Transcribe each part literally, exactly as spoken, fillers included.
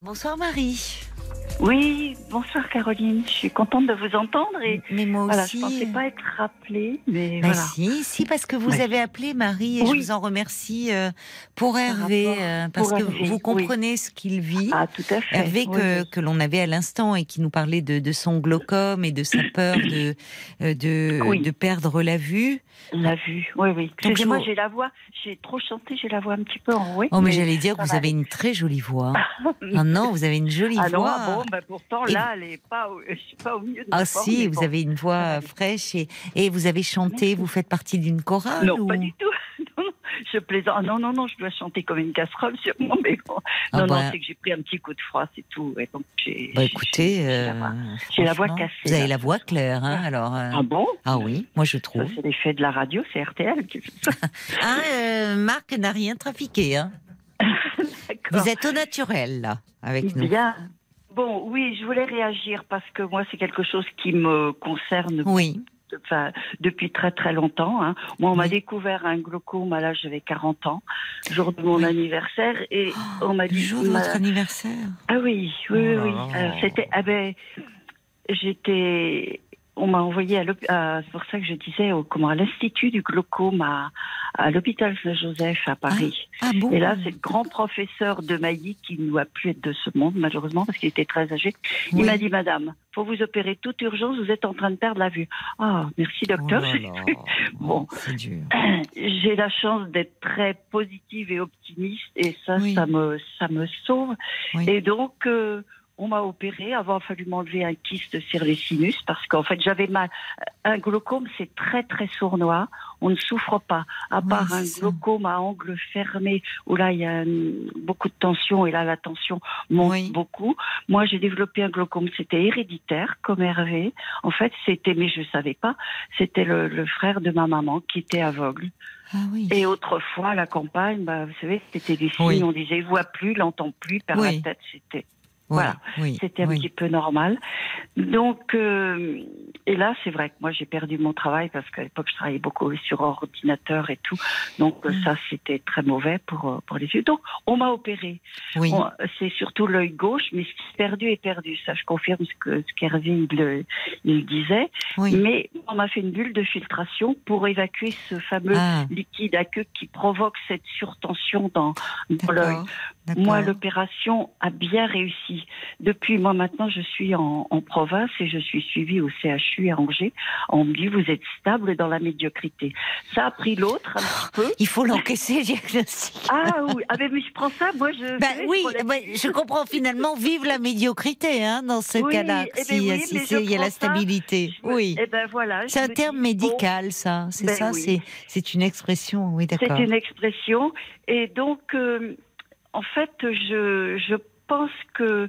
Bonsoir Marie. Oui, bonsoir Caroline. Je suis contente de vous entendre et mais moi voilà, aussi. je pensais pas être rappelée, mais bah voilà. Si, si, parce que vous Ouais. avez appelé Marie et Oui. je vous en remercie euh, pour Par Hervé, rapport- euh, parce pour que Hervé, vous oui. comprenez ce qu'il vit. Ah, tout à fait. Hervé Oui, que, oui. que l'on avait à l'instant et qui nous parlait de, de son glaucome et de sa peur de, euh, de, Oui. de perdre la vue. La vue, oui, oui. Donc, Excusez-moi, je vous- j'ai la voix, j'ai trop chanté, j'ai la voix un petit peu enrouée. Oh, mais, mais j'allais dire que ça vous va avez aller. une très jolie voix. Ah non, vous avez une jolie Ah non, voix. ah bon, ben pourtant Et- là, elle est pas, au- je suis pas au mieux de ma Ah forme, si, mais vous bon, avez une ça va voix aller. fraîche et, et vous avez chanté, Merci. vous faites partie d'une chorale Non, ou... pas du tout. Non, non, je plaisante. Ah, non, non, non, je dois chanter comme une casserole, sûrement, mais bon. Ah non, bah, non, c'est que j'ai pris un petit coup de froid, c'est tout. Ouais, donc j'ai, bah j'ai- écoutez, j'ai- j'ai la euh, voix, j'ai la voix franchement, cassée. vous avez là, la ce voix soir. claire, hein, Ouais. alors... euh, Ah bon? Ah oui, moi je Ça, trouve. c'est l'effet de la radio, c'est R T L qui fait ça. Ah, euh, Marc n'a rien trafiqué, hein. D'accord. Vous êtes au naturel, là, avec nous. Bien. Bon, oui, je voulais réagir parce que moi, c'est quelque chose qui me concerne. Oui. Enfin, depuis très très longtemps. Hein. Moi, on m'a Oui. découvert un glaucome à l'âge j'avais quarante ans, jour de mon Oui. anniversaire, et Oh, on m'a le dit. jour de ma- votre anniversaire. Ah oui, oui, Oh oui, là oui. là. Alors, c'était. Ah ben, j'étais. On m'a envoyé à l'hôp- à- c'est pour ça que je disais au, comment, à l'Institut du glaucome à, à l'hôpital Saint-Joseph à Paris. Ah, ah bon? Et là, c'est le grand professeur de Mailly qui ne doit plus être de ce monde, malheureusement, parce qu'il était très âgé. Il Oui. m'a dit, madame, faut vous opérer toute urgence, vous êtes en train de perdre la vue. Ah, merci Oh docteur. là là. Bon. C'est dur. J'ai la chance d'être très positive et optimiste, et ça, Oui. ça me, ça me sauve. Oui. Et donc, euh, on m'a opéré. Avant, il a fallu m'enlever un kyste sur les sinus parce qu'en fait, j'avais mal. Un glaucome, c'est très, très sournois. On ne souffre pas. À Oui, part c'est un ça. glaucome à angle fermé où là, il y a euh, beaucoup de tension et là, la tension monte Oui. beaucoup. Moi, j'ai développé un glaucome. C'était héréditaire, comme Hervé. En fait, c'était, mais je ne savais pas, c'était le, le frère de ma maman qui était aveugle. Ah oui. Et autrefois, à la campagne, bah, vous savez, c'était des signes. Oui. On disait, il voit plus, il entend plus, il perd Oui. la tête. C'était. Oui, Voilà, oui, c'était un oui. petit peu normal. Donc, euh, et là, c'est vrai que moi, j'ai perdu mon travail parce qu'à l'époque, je travaillais beaucoup sur ordinateur et tout. Donc, Mm. ça, c'était très mauvais pour, pour les yeux. Donc, on m'a opéré. Oui. On- c'est surtout l'œil gauche, mais ce qui est perdu est perdu. Ça, je confirme ce que ce qu'Hervé il, le- il disait. Oui. Mais on m'a fait une bulle de filtration pour évacuer ce fameux Ah, liquide aqueux qui provoque cette surtension dans, dans l'œil. d'accord. D'accord. Moi, l'opération a bien réussi. Depuis, moi, maintenant, je suis en, en province et je suis suivie au C H U à Angers. On me dit, vous êtes stable dans la médiocrité. Ça a pris l'autre un petit peu. Il faut l'encaisser, le diagnostic. Ah oui, ah, mais je prends ça, moi, je... Bah vous savez, oui, je relève- bah, je comprends finalement, vive la médiocrité, hein, dans ce Oui, cas-là, eh ben si, oui, si mais c'est- je il y a la prends ça, stabilité. je me- Oui. Eh ben voilà. C'est je un me terme dis, médical, ça, c'est Ben ça, oui. c'est c'est une expression, oui, bon, d'accord. c'est une expression. Et donc, euh, en fait, je, je pense que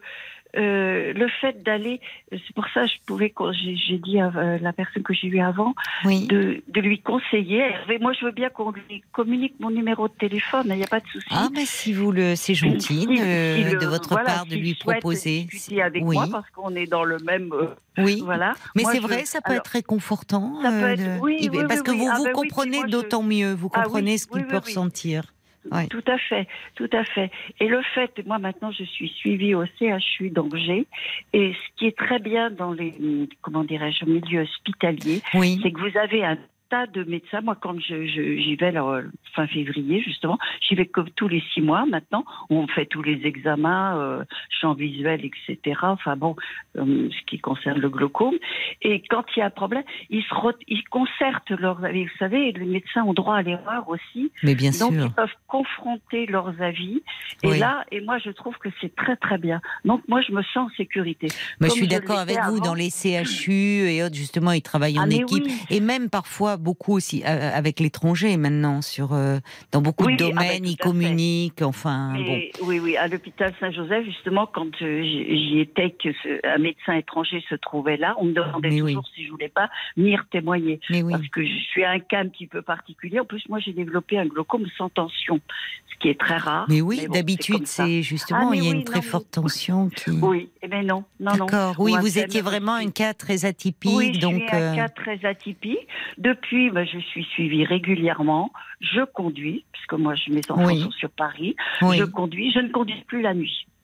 euh, le fait d'aller, c'est pour ça que je pouvais, quand j'ai j'ai dit à euh, la personne que j'ai eue avant, Oui. de, de lui conseiller. Hervé, moi, je veux bien qu'on lui communique mon numéro de téléphone, il n'y a pas de souci. Ah, mais si vous le, c'est gentil Si- de, si le- de votre voilà, part de s'il lui souhaite proposer. discuter avec Oui, moi parce qu'on est dans le même. euh, oui. voilà. Mais Moi, c'est je- vrai, ça peut alors, être réconfortant. ça peut euh, être- de- oui, il- oui, parce oui, que oui. vous Ah vous ben oui, puis comprenez moi, je- d'autant mieux, vous Ah oui, comprenez ce qu'il oui, peut oui, oui. ressentir. Ouais. Tout à fait, tout à fait. Et le fait, moi maintenant je suis suivie au C H U d'Angers, et ce qui est très bien dans les, comment dirais-je, milieux hospitaliers, Oui. c'est que vous avez un tas de médecins. Moi, quand je, je- j'y vais là, euh, fin février, justement, j'y vais comme tous les six mois maintenant. On fait tous les examens, euh, champ visuel, et cetera. Enfin bon, euh, ce qui concerne le glaucome. Et quand il y a un problème, ils, se re- ils concertent leurs avis. Vous savez, les médecins ont droit à l'erreur aussi. Mais bien Donc, sûr. ils peuvent confronter leurs avis. Et Oui. là, et moi, je trouve que c'est très, très bien. Donc, moi, je me sens en sécurité. Mais je Comme suis d'accord l'étais avec vous, avant. dans les C H U et autres, justement, ils travaillent en Ah, mais équipe. oui. Et même parfois, beaucoup aussi, euh, avec l'étranger maintenant, sur, euh, dans beaucoup Oui, de oui, ah ben, domaines, tout ils à fait. communiquent, enfin, bon. Mais, oui, oui, à l'hôpital Saint-Joseph, justement, quand euh, j'y j'y étais, que ce- un médecin étranger se trouvait là, on me demandait Mais toujours oui. si je voulais pas venir témoigner. Mais oui. Parce que je suis un cas un petit peu particulier. En plus, moi, j'ai développé un glaucome sans tension, ce qui est très rare. Mais oui, bon, c'est d'habitude, comme ça. c'est justement, Ah, mais il y a oui, une très non, mais- forte tension qui... Oui, eh bien non, non, non. D'accord, oui, Ou un vous étiez fémur vraiment aussi. un cas très atypique, Oui, je donc... suis un euh, cas très atypique. Depuis, ben, je suis suivie régulièrement. Je conduis, puisque moi, je- mes enfants Oui. sont sur Paris. oui. Je conduis. Je ne conduis plus la nuit.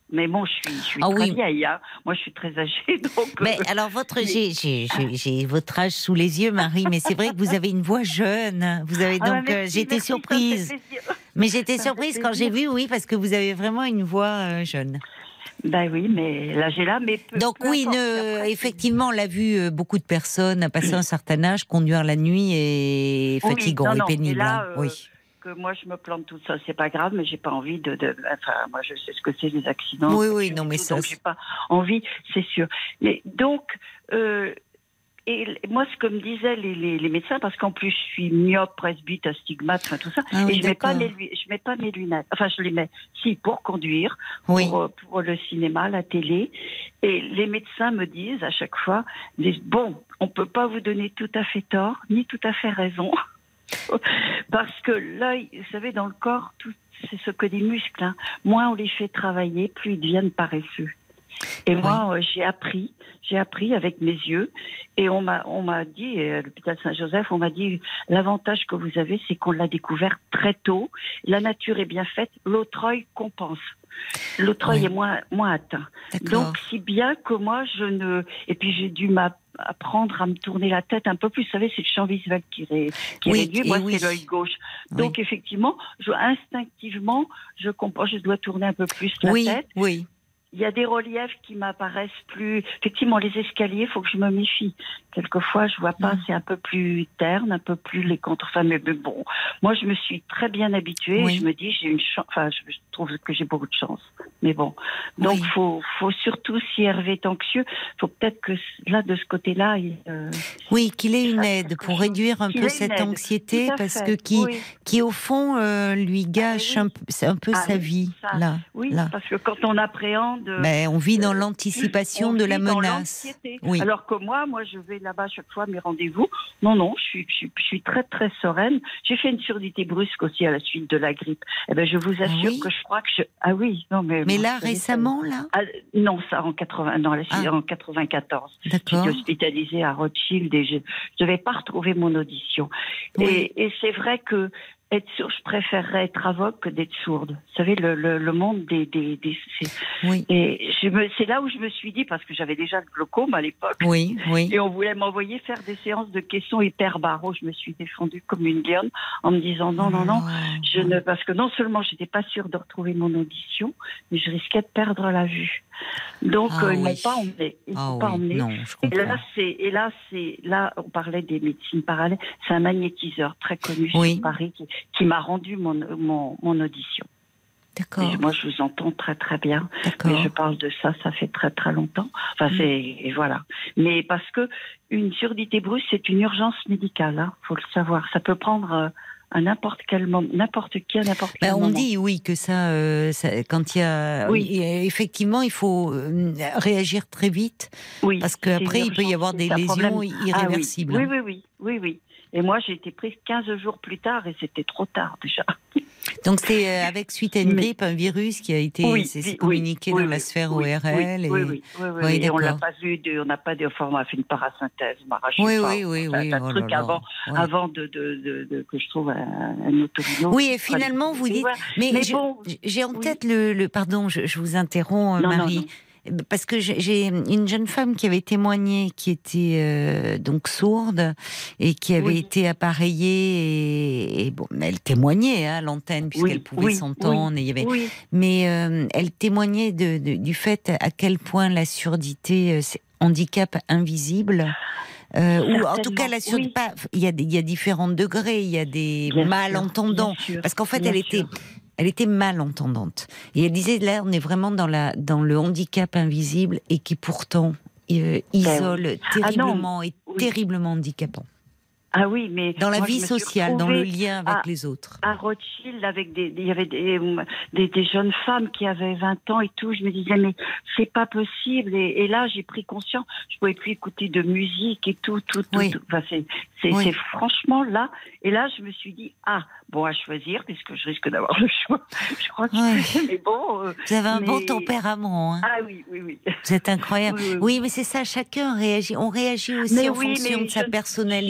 Mais bon, je suis, je suis Ah très oui. vieille. Hein. Moi, je suis très âgée, donc. Mais euh, alors, votre, mais- j'ai, j'ai, j'ai, j'ai votre âge sous les yeux, Marie, mais c'est vrai que vous avez une voix jeune. Vous avez Ah bah donc, euh, merci, j'étais merci, ça me fait surprise. plaisir. Mais j'étais Ça me fait surprise quand j'ai plaisir. vu, oui, parce que vous avez vraiment une voix euh, jeune. Ben oui, mais là j'ai là, mais peu, Donc peu oui, importe. Puis ne, après, c'est- effectivement, on l'a vu, euh, beaucoup de personnes à passer un certain âge conduire la nuit est Oui, fatigant non, et non. Et pénible. là, Hein. euh, Oui. que moi je me plante tout ça, c'est pas grave, mais j'ai pas envie de, de. Enfin, moi je sais ce que c'est les accidents. Oui, de oui, voiture non, et mais tout, ça. donc j'ai pas envie, c'est sûr. Mais donc. Euh, Et moi, ce que me disaient les, les, les médecins, parce qu'en plus je suis myope, presbyte, astigmate, enfin tout ça, Ah oui, et je mets pas d'accord. mes lu- je mets pas mes lunettes. Enfin, je les mets, si, pour conduire, Oui. pour, euh, pour le cinéma, la télé. Et les médecins me disent à chaque fois, ils disent, bon, on peut pas vous donner tout à fait tort, ni tout à fait raison, parce que l'œil, vous savez, dans le corps, tout, c'est ce que des muscles. Hein. Moins on les fait travailler, plus ils deviennent paresseux. Et moi, euh, j'ai appris, j'ai appris avec mes yeux, et on m'a, on m'a dit, euh, à l'hôpital Saint-Joseph, on m'a dit, l'avantage que vous avez, c'est qu'on l'a découvert très tôt. La nature est bien faite, l'autre œil compense. L'autre œil Oui. est moins, moins atteint. D'accord. Donc, si bien que moi, je ne, et puis j'ai dû m'apprendre à me tourner la tête un peu plus. Vous savez, c'est le champ visuel qui, ré, qui Oui, réduit. et Moi, oui. c'est l'œil gauche. Oui. Donc, effectivement, je, instinctivement, je comprends, je dois tourner un peu plus la Oui, tête. oui. Il y a des reliefs qui m'apparaissent plus. Effectivement, les escaliers, il faut que je me méfie. Quelquefois, je vois pas, Mm. c'est un peu plus terne, un peu plus les contre. Enfin, mais, mais bon, moi, je me suis très bien habituée. Oui. Et je me dis, j'ai une chance. Enfin, je, je trouve que j'ai beaucoup de chance. Mais bon, donc Oui. faut, faut surtout si Hervé est anxieux, faut peut-être que là, de ce côté-là, il, euh, Oui, qu'il ait une fasse aide quelque pour chose. réduire un Qu'il peu ait une cette aide. anxiété, Tout à parce fait. que qui, Oui. qui au fond euh, lui gâche oui. un, peu- c'est un peu Ah sa oui, vie ça, là, oui, là. parce que quand on appréhende. Ben, on vit dans Euh, l'anticipation on de la vit dans menace. l'anxiété. Oui. Alors que moi, moi, je vais là-bas chaque fois à mes rendez-vous. Non, non, je suis, je, suis, je suis très, très sereine. J'ai fait une surdité brusque aussi à la suite de la grippe. Eh ben, je vous Ah assure oui que je crois que je. Ah oui, non, mais. Mais bon, là vous savez, ça- récemment là, Ah, non, ça en quatre-vingts, non, là, c'est Ah. en quatre-vingt-quatorze. d'accord. J'étais hospitalisée à Rothschild et je ne devais pas retrouver mon audition. Oui. Et, et c'est vrai que être sourde, je préférerais être aveugle que d'être sourde. Vous savez, le, le, le monde des... des, des c'est, Oui, et je me, c'est là où je me suis dit, parce que j'avais déjà le glaucome à l'époque, oui, oui. et on voulait m'envoyer faire des séances de questions hyper barreaux. Je me suis défendue comme une lionne en me disant non, non, non. Je ne, parce que non seulement j'étais pas sûre de retrouver mon audition, mais je risquais de perdre la vue. Donc Ah euh, ils oui. m'ont pas emmené. Ils Ah m'ont pas oui, emmené. non, je Et comprends. là, c'est, et là, c'est, là, on parlait des médecines parallèles. C'est un magnétiseur très connu Oui. sur Paris qui, qui m'a rendu mon, mon, mon audition. D'accord, Et moi, je vous entends très très bien. d'accord. Mais je parle de ça, ça fait très très longtemps. Enfin, Mm. c'est, et voilà. Mais parce que une surdité brusque, c'est une urgence médicale. Hein, faut le savoir. Ça peut prendre euh, à n'importe quel moment, n'importe qui à n'importe quel Ben, on moment. dit oui que ça, euh, ça quand il y a, Oui. et effectivement, il faut euh, réagir très vite Oui. parce c'est qu'après il peut y urgence, avoir c'est des un lésions problème. irréversibles. Ah oui. Oui, oui, oui, oui, oui. Et moi, j'ai été prise quinze jours plus tard et c'était trop tard déjà. Donc c'est euh, avec suite à une Mais- grippe, un virus qui a été Oui, c'est oui, communiqué oui, dans oui, la sphère oui, O R L. oui, et... oui, oui, oui, oui, Oui, et on l'a d'accord. pas vu, de, on n'a pas de, enfin, on a fait une parasynthèse, on m'a arraché Oui, pas, oui, oui, enfin, oui. un oh truc là là. avant, Ouais. avant de, de, de, de- que je trouve un, un otorino. Oui, et finalement, vous dites. Voilà. Mais, Mais je- bon, j'ai en oui. tête le, le. Pardon, je, je vous interromps, euh, Non, non, Marie. non. Parce que j'ai j'ai une jeune femme qui avait témoigné, qui était euh, donc sourde et qui avait Oui. été appareillée et, et bon, elle témoignait hein, à l'antenne puisqu'elle Oui, pouvait oui, s'entendre. Et il y avait, oui, mais euh, elle témoignait de, de- du fait à quel point la surdité, euh, c'est handicap invisible. Euh, ou en tout cas la certainement, surdité, oui. pas, il y a des, il y a différents degrés, il y a des Bien sûr, malentendants, bien sûr, parce qu'en fait bien elle était, sûr. elle était malentendante. Et elle disait là on est vraiment dans la, dans le handicap invisible et qui pourtant euh, isole Ah non, terriblement et oui. terriblement handicapant. Ah oui, mais Dans la moi, vie je me suis sociale, dans le retrouvée lien avec à- les autres. à Rothschild avec des, il y avait des, des, des jeunes femmes qui avaient vingt ans et tout. Je me disais mais c'est pas possible. Et, et là j'ai pris conscience. Je pouvais plus écouter de musique et tout, tout, tout. Oui. tout. Enfin c'est, c'est, Oui. c'est franchement là. Et là je me suis dit ah bon à choisir puisque je risque d'avoir le choix. Je crois que Ouais. mais bon. euh, Vous avez un mais- bon tempérament, hein. Ah oui oui oui. Vous êtes incroyable. Oui, oui, oui. Oui, mais c'est ça, chacun réagit. On réagit aussi Mais en oui, fonction mais de sa je ne- personnalité. Je ne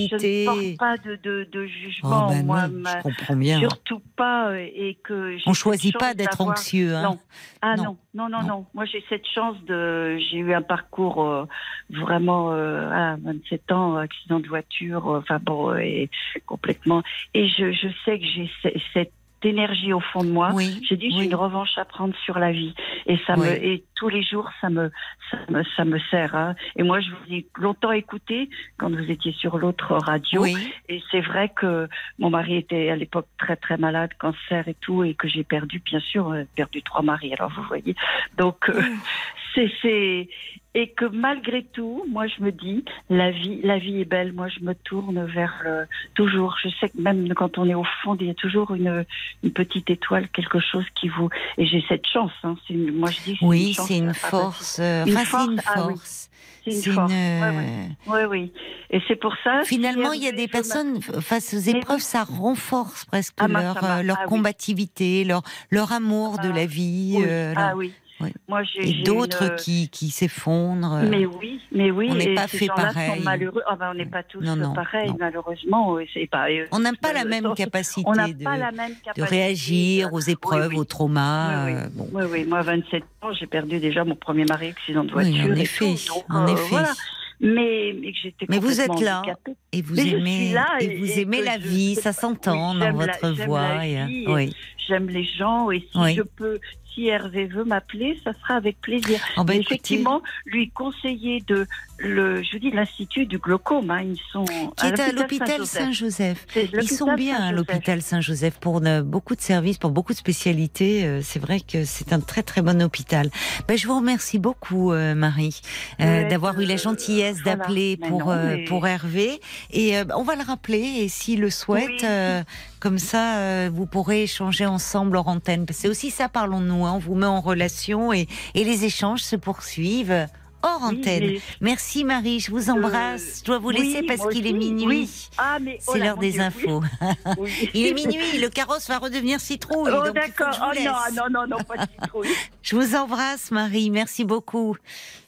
porte pas de, de, de jugement. Oh ben moi, non, ma, je comprends bien. Surtout pas. Et que on choisit pas d'être anxieux. Hein. Non. Ah non. non, non, non, non, non. Moi, j'ai cette chance de. J'ai eu un parcours euh, vraiment euh, à vingt-sept ans, accident de voiture. Euh, enfin bon, et complètement. Et je, je sais que j'ai cette d'énergie au fond de moi. Oui, j'ai dit, j'ai oui. une revanche à prendre sur la vie. Et ça oui. me, et tous les jours, ça me, ça me, ça me sert. Hein. Et moi, je vous ai longtemps écouté quand vous étiez sur l'autre radio. Oui. Et c'est vrai que mon mari était à l'époque très, très malade, cancer et tout, et que j'ai perdu, bien sûr, euh, perdu trois maris. Alors, vous voyez. Donc, euh, c'est, c'est, et que malgré tout, moi, je me dis, la vie, la vie est belle. Moi, je me tourne vers le, toujours. Je sais que même quand on est au fond, il y a toujours une, une petite étoile, quelque chose qui vous. Et j'ai cette chance. Hein. C'est une, moi, je dis. C'est oui, une chance, c'est une ah, force. Bah, Enfin, une force. c'est une Ah, oui. force. C'est une c'est force. Une... Oui, oui. oui, oui. Et c'est pour ça. Finalement, il y a des personnes face aux épreuves, oui. ça renforce presque ah, leur, euh, leur ah, combativité, oui. leur, leur amour ah, de la vie. Oui. Euh, ah leur... oui. Oui. Moi, j'ai, et j'ai d'autres une... qui, qui s'effondrent. Mais oui, mais oui. On n'est pas ces fait gens-là pareil. Sont malheureux. Ah ben, on n'est pas tous non, non, pareils, non. malheureusement. C'est pas, on n'a pas la même capacité, on n'a de, pas la même capacité de réagir aux épreuves, oui, oui. aux traumas. Oui, oui. Euh, bon. oui, oui. Moi, à vingt-sept ans, j'ai perdu déjà mon premier mari, accident de voiture. Oui, en et effet. Tout, donc, en euh, effet. Voilà. Mais, mais que j'étais mais vous êtes là handicapée. et vous mais aimez là, et, et vous et aimez la je, vie, ça s'entend oui, dans votre la, voix. J'aime la vie, et, oui. J'aime les gens et si oui. je peux, si Hervé veut m'appeler, ça sera avec plaisir. Oh bah, effectivement, lui conseiller de le, je dis l'institut du glaucome, hein, ils sont qui est à l'hôpital Saint-Joseph. Ils sont bien à l'hôpital Saint-Joseph pour de, beaucoup de services, pour beaucoup de spécialités. Euh, c'est vrai que c'est un très très bon hôpital. Ben, je vous remercie beaucoup, euh, Marie, euh, oui, d'avoir euh, eu la gentillesse voilà. d'appeler pour non, euh, mais... pour Hervé. Et euh, on va le rappeler. Et s'il le souhaite, oui. euh, comme ça, euh, vous pourrez échanger ensemble hors antenne. C'est aussi ça, parlons-nous. Hein, on vous met en relation et, et les échanges se poursuivent. Hors antenne. Oui, mais... Merci Marie, je vous embrasse. Euh... Je dois vous laisser oui, parce qu'il est minuit. Oui. Ah, mais... C'est oh là, l'heure des Dieu, infos. Oui. Il est minuit, le carrosse va redevenir citrouille. Oh donc d'accord, il faut que je vous oh laisse. non, non, non, non, pas de citrouille. Je vous embrasse Marie, merci beaucoup.